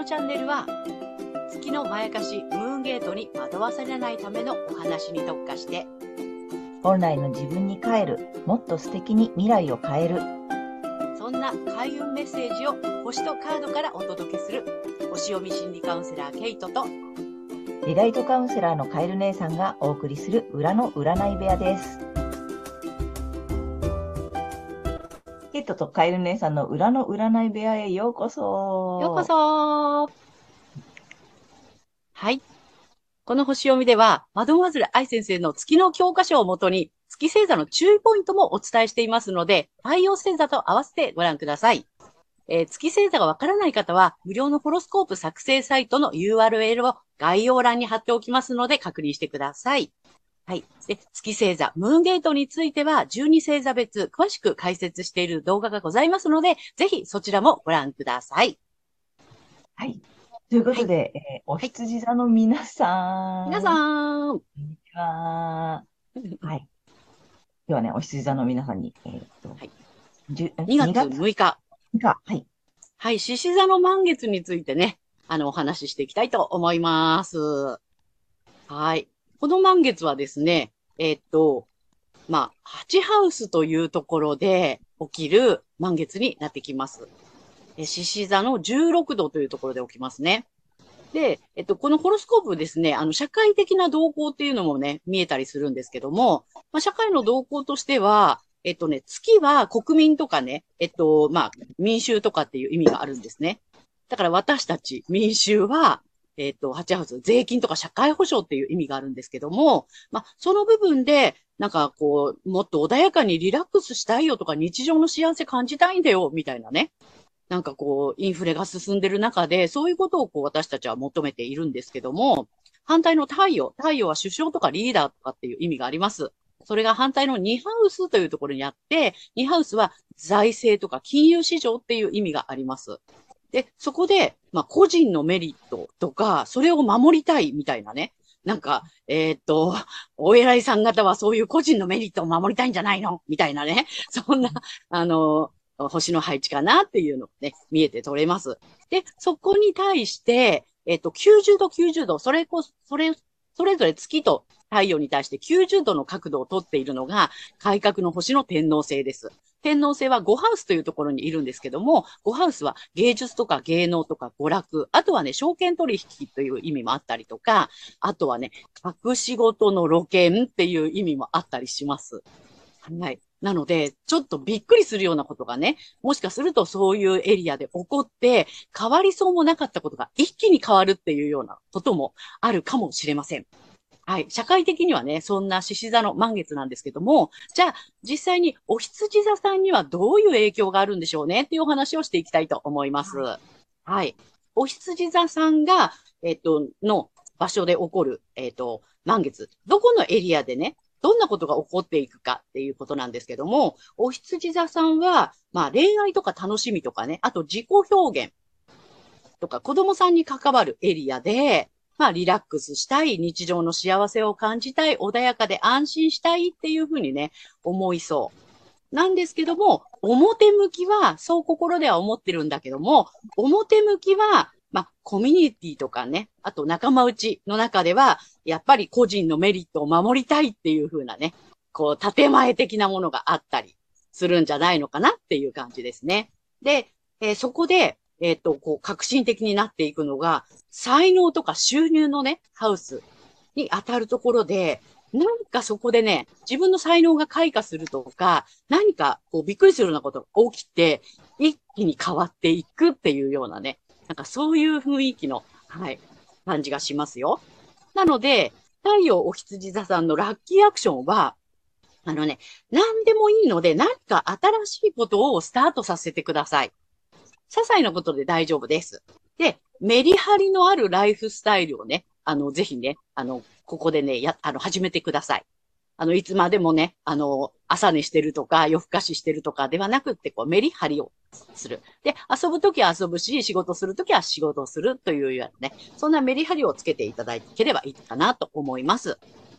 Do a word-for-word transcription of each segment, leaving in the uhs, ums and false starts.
のチャンネルは月のまやかしムーンゲートに惑わされないためのお話に特化して、 本来の自分に帰る、もっと素敵に未来を変える、 そんな開運メッセージを星とカードからお届けする星読み心理カウンセラーケイトとリライトカウンセラーのカエル姉さんがお送りする裏の占い部屋です。ケイトとカエル姉さんの裏の占い部屋へようこそ。 ようこそ。はい。この星読みでは、マドモアゼル愛先生の月の教科書をもとに、月星座の注意ポイントもお伝えしていますので、太陽星座と合わせてご覧ください。えー、月星座がわからない方は、無料のホロスコープ作成サイトの ユーアールエル を概要欄に貼っておきますので、確認してください。はい。で、月星座、ムーンゲートについては、じゅうに星座別、詳しく解説している動画がございますので、ぜひそちらもご覧ください。 はい。ということで、はい、えー、お羊座の皆さん。 皆さん。こんにちは。はい。今日はね、お羊座の皆さんに、えー、っと、はい、 にがつむいか。 はい。 はい、獅子座の満月についてね、あの、お話ししていきたいと思います。はい。この満月はですね、えー、っと、まあ、はちハウスというところで起きる満月になってきます。獅子座のじゅうろくどというところで起きますね。で、えっと、このホロスコープですね、あの、社会的な動向っていうのもね、見えたりするんですけども、まあ、社会の動向としては、えっとね、月は国民とかね、えっと、まあ、民衆とかっていう意味があるんですね。だから私たち民衆は、えっと、はちハウス、税金とか社会保障っていう意味があるんですけども、まあ、その部分で、なんかこう、もっと穏やかにリラックスしたいよとか、日常の幸せ感じたいんだよ、みたいなね。なんかこう、インフレが進んでる中で、そういうことをこう私たちは求めているんですけども、反対の太陽、太陽は首相とかリーダーとかっていう意味があります。それが反対のにハウスというところにあって、にハウスは財政とか金融市場っていう意味があります。で、そこで、まあ個人のメリットとか、それを守りたいみたいなね。なんか、えー、っと、お偉いさん方はそういう個人のメリットを守りたいんじゃないのみたいなね。そんな、あの、星の配置かなっていうのがね、見えて取れます。で、そこに対して、えっと、きゅうじゅうど、きゅうじゅうど、それこそ、それ、それぞれ月と太陽に対してきゅうじゅうどの角度をとっているのが、改革の星の天王星です。天王星はごハウスというところにいるんですけども、ごハウスは芸術とか芸能とか娯楽、あとはね、証券取引という意味もあったりとか、あとはね、隠し事の露見っていう意味もあったりします。はい。なので、ちょっとびっくりするようなことがね、もしかするとそういうエリアで起こって、変わりそうもなかったことが一気に変わるっていうようなこともあるかもしれません。はい。社会的にはね、そんな獅子座の満月なんですけども、じゃあ、実際にお羊座さんにはどういう影響があるんでしょうねっていうお話をしていきたいと思います。はい。はい、お羊座さんが、えっと、の場所で起こる、えっと、満月。どこのエリアでね、どんなことが起こっていくかっていうことなんですけども、お羊座さんは、まあ恋愛とか楽しみとかね、あと自己表現とか子供さんに関わるエリアで、まあリラックスしたい、日常の幸せを感じたい、穏やかで安心したいっていうふうにね、思いそう。なんですけども、表向きは、そう心では思ってるんだけども、表向きは、まあ、コミュニティとかね、あと仲間内の中では、やっぱり個人のメリットを守りたいっていう風なね、こう、建前的なものがあったりするんじゃないのかなっていう感じですね。で、えー、そこで、えっと、こう、革新的になっていくのが、才能とか収入のね、ハウスに当たるところで、なんかそこでね、自分の才能が開花するとか、何かこうびっくりするようなことが起きて、一気に変わっていくっていうようなね、なんかそういう雰囲気の、はい、感じがしますよ。なので、太陽お羊座さんのラッキーアクションは、あのね、何でもいいので、何か新しいことをスタートさせてください。些細なことで大丈夫です。で、メリハリのあるライフスタイルをね、あの、ぜひね、あの、ここでね、や、あの、始めてください。あの、いつまでもね、あの、朝寝してるとか、夜更かししてるとかではなくって、こう、メリハリをする。で、遊ぶときは遊ぶし、仕事するときは仕事をするというようなね、そんなメリハリをつけていただければいいかなと思います。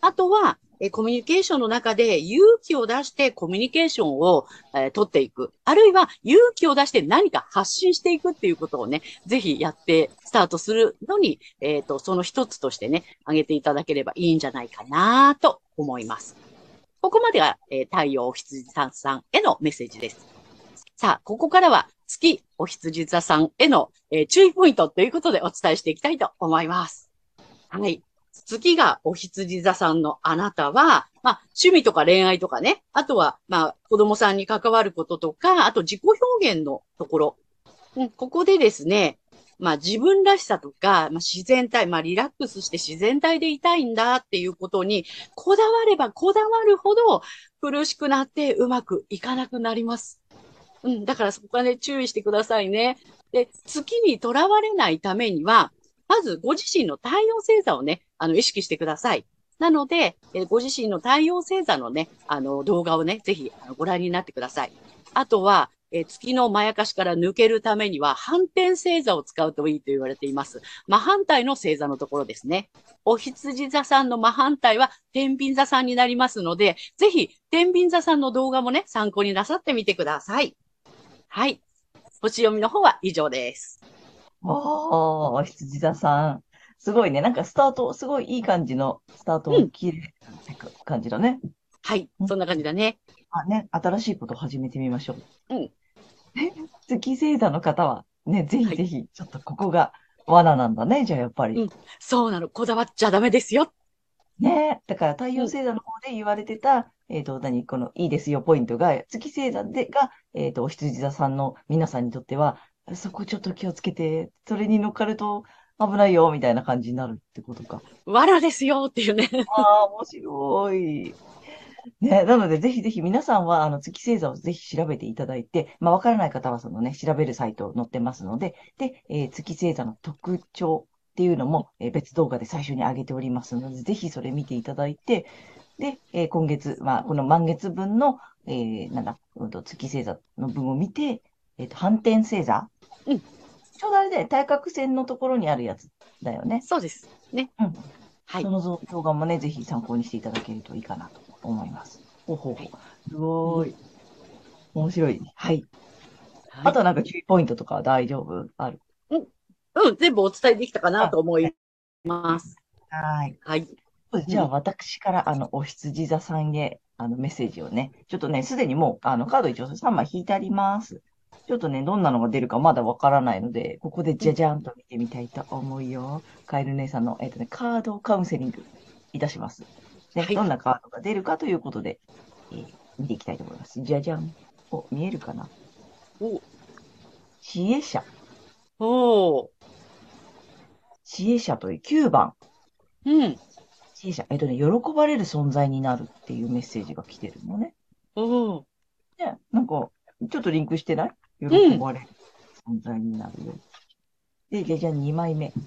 あとは、えーコミュニケーションの中で勇気を出してコミュニケーションを、えー取っていく。あるいは勇気を出して何か発信していくっていうことをね、ぜひやってスタートするのに、えっと、その一つとしてね、挙げていただければいいんじゃないかなと思います。ここまでが、えー太陽お羊さんさんへのメッセージです。さあ、ここからは月お羊座さんへの、えー注意ポイントということでお伝えしていきたいと思います。はい。月がお羊座さんのあなたは、まあ、趣味とか恋愛とかね、あとは、まあ、子供さんに関わることとか、あと自己表現のところ。うん、ここでですね、まあ自分らしさとか、まあ自然体、まあリラックスして自然体でいたいんだっていうことに、こだわればこだわるほど苦しくなってうまくいかなくなります。うん、だからそこはね、注意してくださいね。で、月にとらわれないためには、まずご自身の太陽星座をね、あの、意識してください。なので、えご自身の太陽星座のね、あの、動画をね、ぜひあのご覧になってください。あとは、え月のまやかしから抜けるためには、反転星座を使うといいと言われています。真反対の星座のところですね。お羊座さんの真反対は天秤座さんになりますので、ぜひ天秤座さんの動画もね、参考になさってみてください。はい。星読みの方は以上です。 おー、羊座さん。すごいね。なんかスタート、すごいいい感じのスタートをうん。 切れる感じだね。 はい。 んそんな感じだね。 あ、ね、新しいことを始めてみましょう。 うん。 月星座の方は、ね、ぜひはい。 ぜひ、ちょっとここが罠なんだね。じゃあやっぱり。 うん。そうなの。こだわっちゃダメですよ。 ね、だから太陽うん。 星座の方で言われてた、えっと、何、このいいですよポイントが、月星座でが、えっと、お羊座さんの皆さんにとっては、そこちょっと気をつけて、それに乗っかると危ないよ、みたいな感じになるってことか。 藁ですよっていうね。 ああ、面白い。ね、なので、ぜひぜひ皆さんは、あの、月星座をぜひ調べていただいて、まあ、わからない方は、そのね、調べるサイト載ってますので、で、えー月星座の特徴っていうのも、えー別動画で最初に上げておりますので、ぜひそれ見ていただいて、で、えー今月、まあ、この満月分の、えーなんだ、うんと、月星座の分を見て、えっと、反転星座うん。 ちょうどあれで、対角線のところにあるやつだよね。 そうです。ね。 うん。 はい。 その動動画もね、ぜひ参考にしていただけるといいかなと思います。ほうほうほう。 はい。 すうん。 ごーい。面白い。はい。 はい。 あとはなんか注意ポイントとかは大丈夫ある？ うん。うん。全部お伝えできたかなあ、 と思います。 はい。 はい。 じゃあうん。 私から、あの、お羊座さんへ、あの、メッセージをね、ちょっとね、すでにもう、あの、カード一応さんまい引いてあります。ちょっとね、どんなのが出るかまだわからないので、ここでうん。 じゃじゃんと見てみたいと思うよ。カエル姉さんの、えっとね、カードカウンセリングいたします。ね、 はい。 どんなカードが出るかということで、えー見ていきたいと思います。じゃじゃん。お、見えるかな？ お、 知恵者。 おー。 知恵者というきゅうばん。 うん。 知恵者。えっとね、喜ばれる存在になるっていうメッセージが来てるのね。 おー。 ね、なんか、ちょっとリンクしてない？喜うん。 ばれる存在になるよ。で、じゃあ、じゃあにまいめ。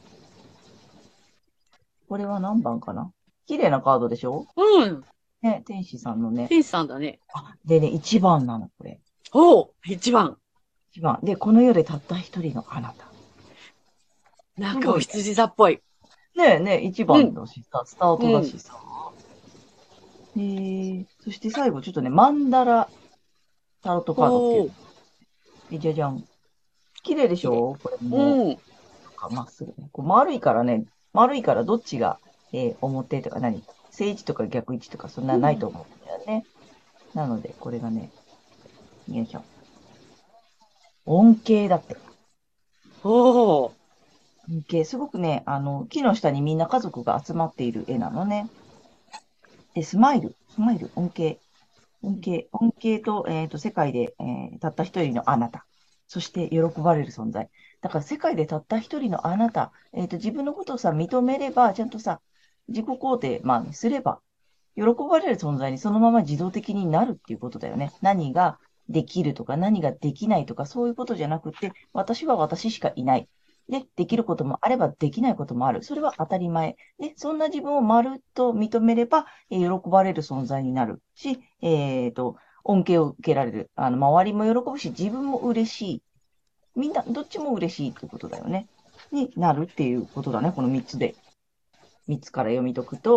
これは何番かな？綺麗なカードでしょ？ うん。 ね、天使さんのね。 天使さんだね。 あ、でね、いちばんなの、これ。 おー。一番。 いちばん。で、この世でたった一人のあなた。 なんかおすごいね。 羊座っぽい。 ねえねえ、1 うん。 番だしさ、スタートうん。 だしさ。えー、そして最後、ちょっとね、マンダラタロットカードっていう。 おー。 えじゃじゃん。綺麗でし綺麗。 ょこれも。 うん。 かまっすぐね。こう丸いからね、丸いからどっちが、えー表とか何正位置とか逆位置とかそんなないとうん。 思うんだよね。なので、これがね、よいしょ。音形だって。 おー。 音形。すごくね、あの、木の下にみんな家族が集まっている絵なのね。で、スマイル。スマイル。音形。音形。音形と、えっと、世界で、えーたった一人のあなた。そして喜ばれる存在。だから世界でたった一人のあなた。えっと、自分のことをさ、認めれば、ちゃんとさ、自己肯定、まあ、すれば、喜ばれる存在にそのまま自動的になるっていうことだよね。何ができるとか何ができないとかそういうことじゃなくて、私は私しかいない。で、できることもあればできないこともある。それは当たり前。で、そんな自分をまるっと認めれば、えー喜ばれる存在になるし、えっと、恩恵を受けられる。あの、周りも喜ぶし、自分も嬉しい。みんな、どっちも嬉しいってことだよね。になるっていうことだね。このみっつで。みっつから読み解くと、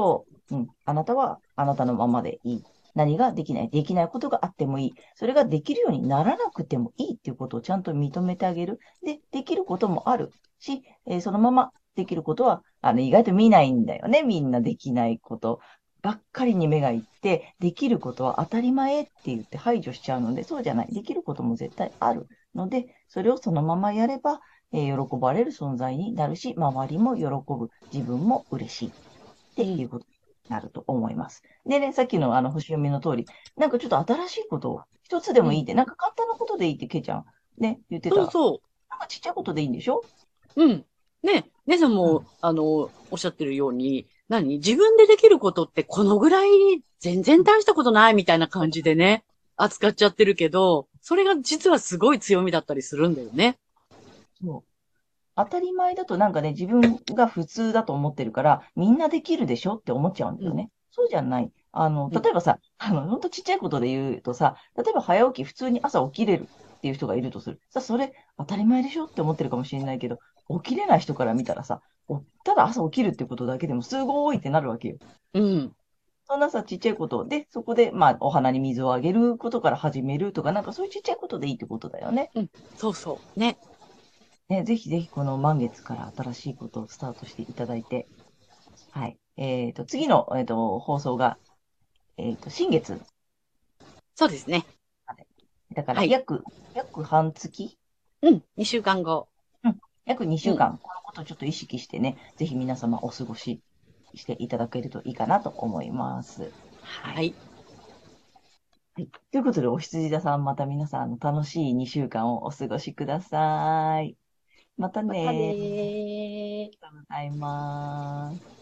うん。あなたはあなたのままでいい。何ができない、できないことがあってもいい。それができるようにならなくてもいいっていうことをちゃんと認めてあげる。で、できることもあるし、えーそのままできることは、あの、意外と見ないんだよね。みんなできないことばっかりに目がいって、できることは当たり前って言って排除しちゃうので、そうじゃない。できることも絶対あるので、それをそのままやれば、えー喜ばれる存在になるし、周りも喜ぶ。自分も嬉しい。ってうん。 いうことになると思います。でね、さっきのあの星読みの通り、なんかちょっと新しいことを一つでうん。 もいいって、なんか簡単なことでいいってケイちゃんね、言ってた。 そうそなんかちっちゃいことでいいんでしょ？ う。うん。ね、姉さんも、 うん。 あの、おっしゃってるように、何自分でできることってこのぐらい全然大したことないみたいな感じでね、扱っちゃってるけど、それが実はすごい強みだったりするんだよね。 そう。当たり前だとなんかね、自分が普通だと思ってるから、みんなできるでしょって思っちゃうんだうん。 よね。そうじゃない。あの、 うん。 例えばさ、あの、ほんとちっちゃいことで言うとさ、例えば早起き、普通に朝起きれるっていう人がいるとする。さ、それ当たり前でしょって思ってるかもしれないけど、起きれない人から見たらさ、おただ朝起きるってことだけでもすごいってなるわけよ。 うん。 そんなさ、ちっちゃいことで、そこで、まあ、お花に水をあげることから始めるとか、なんかそういうちっちゃいことでいいってことだよね。 うん。そうそう。ね。 ね、ぜひぜひこの満月から新しいことをスタートしていただいて、はい。えっと、次の、えっと、放送が、えっと、新月そうですね。 まで。だから、 はい。 約、約半月、 うん。にしゅうかんご。 うん、約2 うん。 週間、このことをちょっと意識してね、ぜひ皆様お過ごししていただけるといいかなと思います。はい。 はい。 はい。ということで、お羊座さん、また皆さん、あの楽しいにしゅうかんをお過ごしください。またまたねね。ありー。 がとうございます。